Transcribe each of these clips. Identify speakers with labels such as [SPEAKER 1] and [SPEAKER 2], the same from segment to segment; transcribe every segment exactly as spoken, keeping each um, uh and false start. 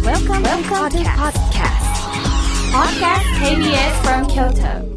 [SPEAKER 1] Welcome, Welcome to podcast. Podcast ケービーエス from Kyoto.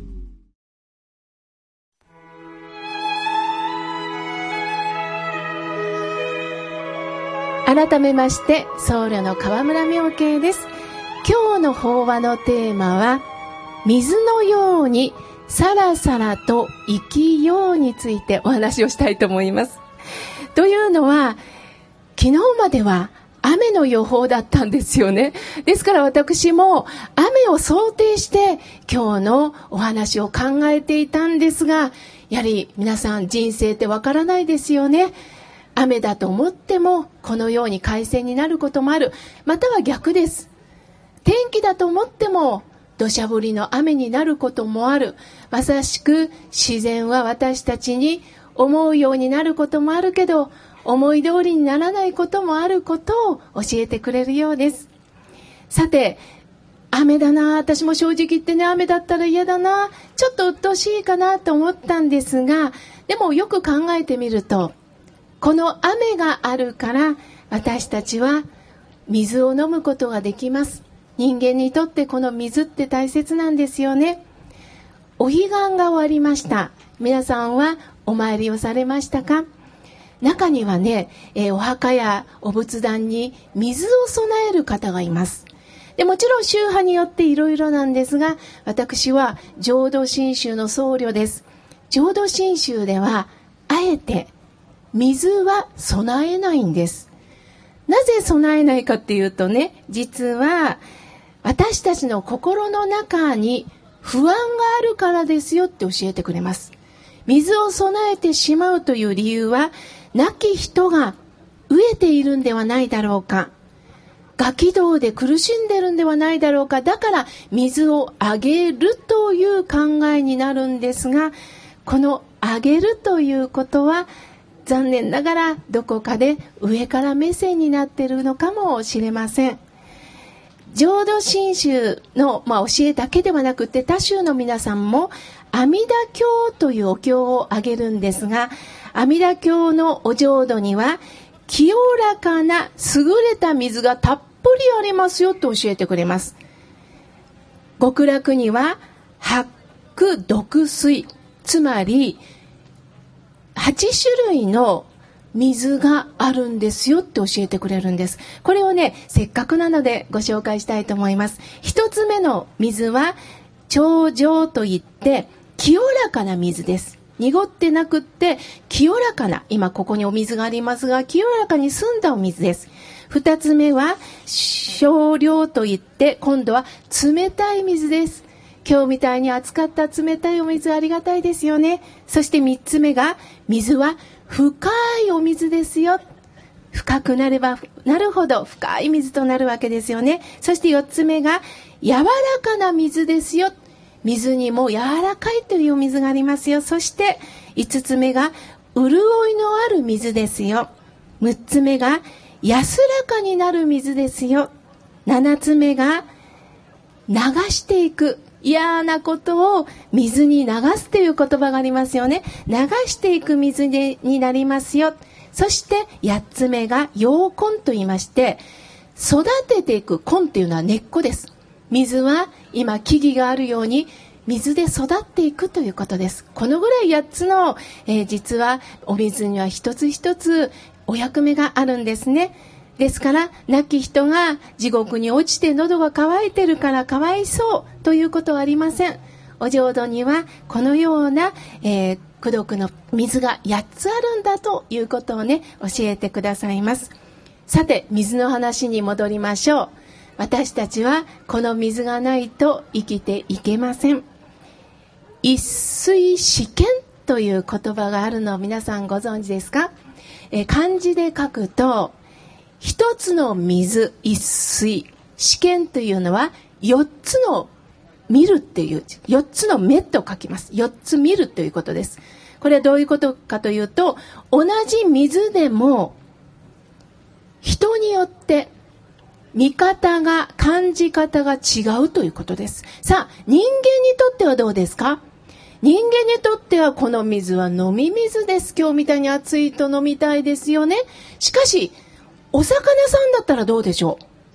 [SPEAKER 2] 改めまして僧侶の河村明慶です。今日の法話のテーマは水のようにさらさらと生きようについてお話をしたいと思います。というのは昨日までは雨の予報だったんですよね。ですから私も雨を想定して今日のお話を考えていたんですが、やはり皆さん人生ってわからないですよね。雨だと思ってもこのように快晴になることもある。または逆です。天気だと思っても土砂降りの雨になることもある。まさしく自然は私たちに思うようになることもあるけど、思い通りにならないこともあることを教えてくれるようです。さて、雨だな、私も正直言ってね、雨だったら嫌だな、ちょっと鬱陶しいかなと思ったんですが、でもよく考えてみると、この雨があるから私たちは水を飲むことができます。人間にとってこの水って大切なんですよね。お彼岸が終わりました。皆さんはお参りをされましたか？中にはね、えー、お墓やお仏壇に水を備える方がいます。でもちろん宗派によっていろいろなんですが、私は浄土真宗の僧侶です。浄土真宗ではあえて水は備えないんです。なぜ備えないかっていうとね、実は私たちの心の中に不安があるからですよって教えてくれます。水を備えてしまうという理由は、亡き人が飢えているんではないだろうか、餓鬼道で苦しんでるんではないだろうか、だから水をあげるという考えになるんですが、このあげるということは残念ながらどこかで上から目線になっているのかもしれません。浄土真宗の、まあ、教えだけではなくて他宗の皆さんも阿弥陀経というお経をあげるんですが、阿弥陀経のお浄土には清らかな優れた水がたっぷりありますよと教えてくれます。極楽には八苦毒水、つまりはち種類の水があるんですよって教えてくれるんです。これをね、せっかくなのでご紹介したいと思います。一つ目の水は清浄といって清らかな水です。濁ってなくって清らかな、今ここにお水がありますが、清らかに澄んだお水です。二つ目は少量といって今度は冷たい水です。今日みたいに暑かった冷たいお水ありがたいですよね。そして三つ目が水は深いお水ですよ。深くなればなるほど深い水となるわけですよね。そして四つ目が柔らかな水ですよ。水にも柔らかいというお水がありますよ。そして五つ目が潤いのある水ですよ。六つ目が安らかになる水ですよ。七つ目が流していく嫌なことを水に流すという言葉がありますよね。流していく水になりますよ。そして八つ目が養根と言いまして、育てていく。根というのは根っこです。水は今木々があるように水で育っていくということです。このぐらい八つの、えー、実はお水には一つ一つお役目があるんですね。ですから亡き人が地獄に落ちて喉が渇いてるからかわいそうということはありません。お浄土にはこのような、えー、功徳の水がやっつあるんだということをね、教えてくださいます。さて、水の話に戻りましょう。私たちはこの水がないと生きていけません。一水思見という言葉があるのを皆さんご存知ですか？えー、漢字で書くと一つの水一水、思見というのは四つの見るっていう、四つの目と書きます。四つ見るということです。これはどういうことかというと、同じ水でも人によって見方が、感じ方が違うということです。さあ、人間にとってはどうですか？人間にとってはこの水は飲み水です。今日みたいに暑いと飲みたいですよね。しかしお魚さんだったらどうでしょう？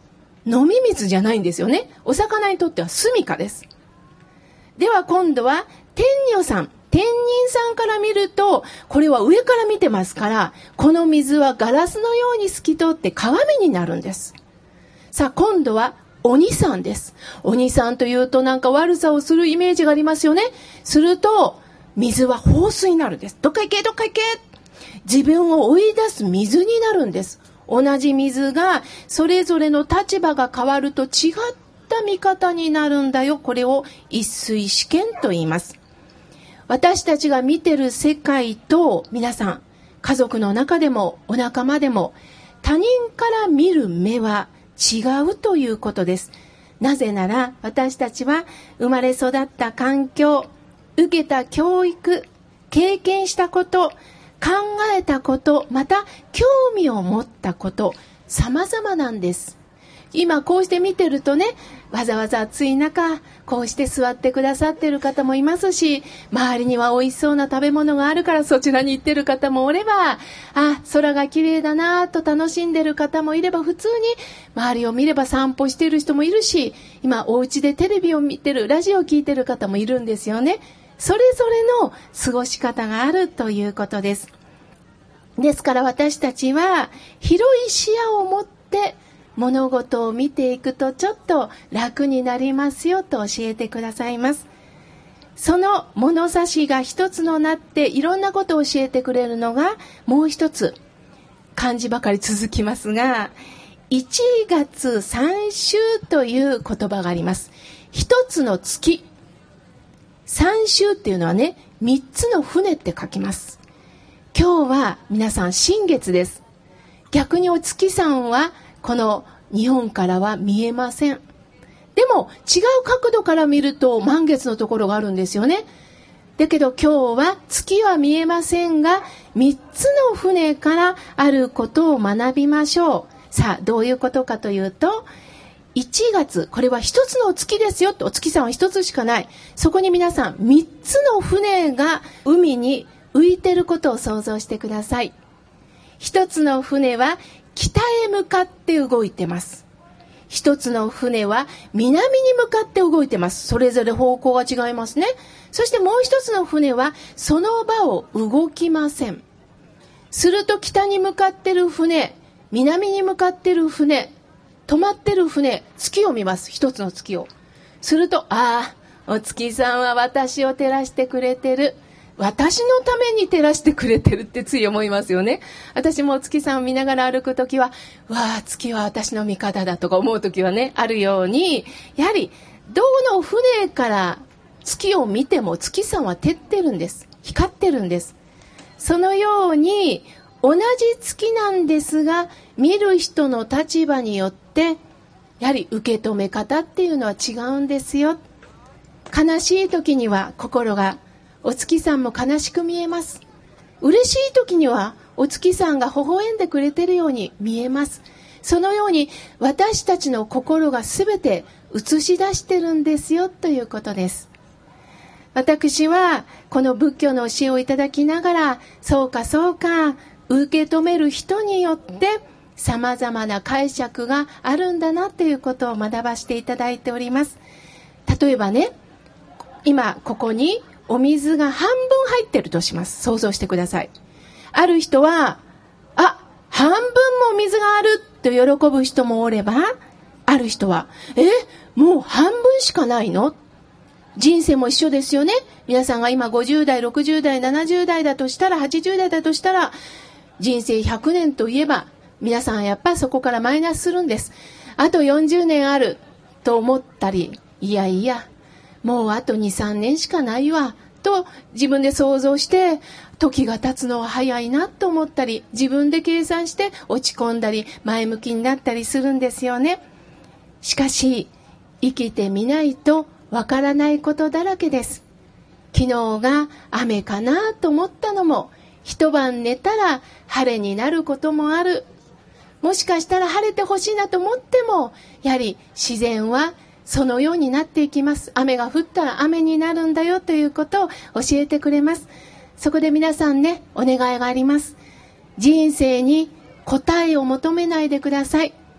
[SPEAKER 2] 飲み水じゃないんですよね。お魚にとっては住処です。では今度は天女さん、天人さんから見ると、これは上から見てますから、この水はガラスのように透き通って鏡になるんです。さあ今度は鬼さんです。鬼さんというとなんか悪さをするイメージがありますよね。すると水は放水になるんです。どっか行けどっか行け、自分を追い出す水になるんです。同じ水がそれぞれの立場が変わると違った見方になるんだよ。これを一水試験と言います。私たちが見てる世界と、皆さん家族の中でもお仲間でも他人から見る目は違うということです。なぜなら私たちは生まれ育った環境、受けた教育、経験したこと、考えたこと、また興味を持ったこと、様々なんです。今こうして見てるとね、わざわざ暑い中こうして座ってくださってる方もいますし、周りには美味しそうな食べ物があるからそちらに行ってる方もおれば、あ、空が綺麗だなと楽しんでる方もいれば、普通に周りを見れば散歩してる人もいるし、今お家でテレビを見てる、ラジオを聞いてる方もいるんですよね。それぞれの過ごし方があるということです。ですから私たちは広い視野を持って物事を見ていくとちょっと楽になりますよと教えてくださいます。その物差しが一つのなっていろんなことを教えてくれるのがもう一つ、漢字ばかり続きますが、いちがつさん週という言葉があります。一つの月、三週っていうのはね、三つの船って書きます。今日は皆さん新月です。逆にお月さんはこの日本からは見えません。でも違う角度から見ると満月のところがあるんですよね。だけど今日は月は見えませんが、三つの船からあることを学びましょう。さあどういうことかというと、いちがつ、これは一つの月ですよと。お月さんは一つしかない。そこに皆さん三つの船が海に浮いていることを想像してください。一つの船は北へ向かって動いてます。一つの船は南に向かって動いてます。それぞれ方向が違いますね。そしてもう一つの船はその場を動きません。すると北に向かってる船、南に向かってる船、止まってる船、月を見ます。一つの月を。すると、ああ、お月さんは私を照らしてくれてる。私のために照らしてくれてるってつい思いますよね。私もお月さんを見ながら歩くときは、わあ、月は私の味方だとか思うときはね、あるように、やはり、どの船から月を見ても月さんは照ってるんです。光ってるんです。そのように、同じ月なんですが、見る人の立場によって、やはり受け止め方っていうのは違うんですよ。悲しい時には心が、お月さんも悲しく見えます。嬉しい時にはお月さんが微笑んでくれているように見えます。そのように私たちの心がすべて映し出してるんですよということです。私はこの仏教の教えをいただきながら、そうかそうか、受け止める人によって様々な解釈があるんだなということを学ばせていただいております。例えばね、今ここにお水が半分入ってるとします。想像してください。ある人は、あ、半分もお水があると喜ぶ人もおれば、ある人は、え、もう半分しかないの？人生も一緒ですよね。皆さんが今ごじゅう代、ろくじゅう代、ななじゅう代だとしたら、はちじゅう代だとしたら、人生ひゃくねんといえば、皆さんやっぱりそこからマイナスするんです。あとよんじゅうねんあると思ったり、いやいや、もうあとに、さんねんしかないわと自分で想像して時が経つのは早いなと思ったり、自分で計算して落ち込んだり前向きになったりするんですよね。しかし生きてみないとわからないことだらけです。昨日が雨かなと思ったのも、一晩寝たら晴れになることもある。もしかしたら晴れてほしいなと思っても、やはり自然はそのようになっていきます。雨が降ったら雨になるんだよということを教えてくれます。そこで皆さんね、お願いがあります。人生に答えを求めないでください。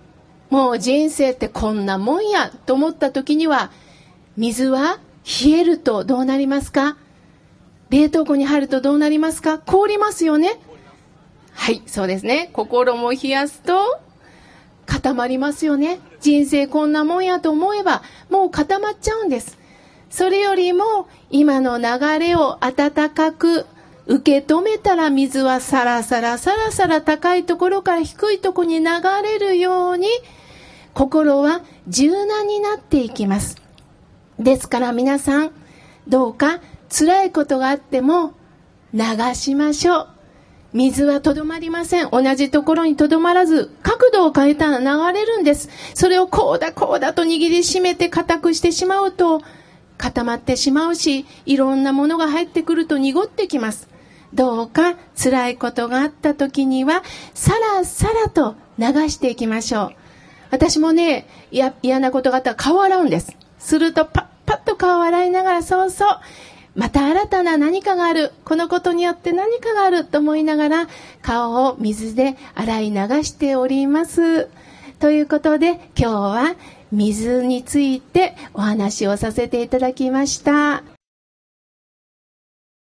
[SPEAKER 2] もう人生ってこんなもんやと思った時には、水は冷えるとどうなりますか？冷凍庫に入るとどうなりますか？凍りますよね。はい、そうですね。心も冷やすと固まりますよね。人生こんなもんやと思えばもう固まっちゃうんです。それよりも今の流れを温かく受け止めたら、水はさらさらさらさら高いところから低いところに流れるように、心は柔軟になっていきます。ですから皆さん、どうか辛いことがあっても流しましょう。水はとどまりません。同じところにとどまらず、角度を変えたら流れるんです。それをこうだこうだと握りしめて固くしてしまうと固まってしまうし、いろんなものが入ってくると濁ってきます。どうか辛いことがあった時にはさらさらと流していきましょう。私もね、や嫌なことがあったら顔を洗うんです。するとパッパッと顔を洗いながら、そうそう、また新たな何かがある、このことによって何かがあると思いながら顔を水で洗い流しております。ということで今日は水についてお話をさせていただきました。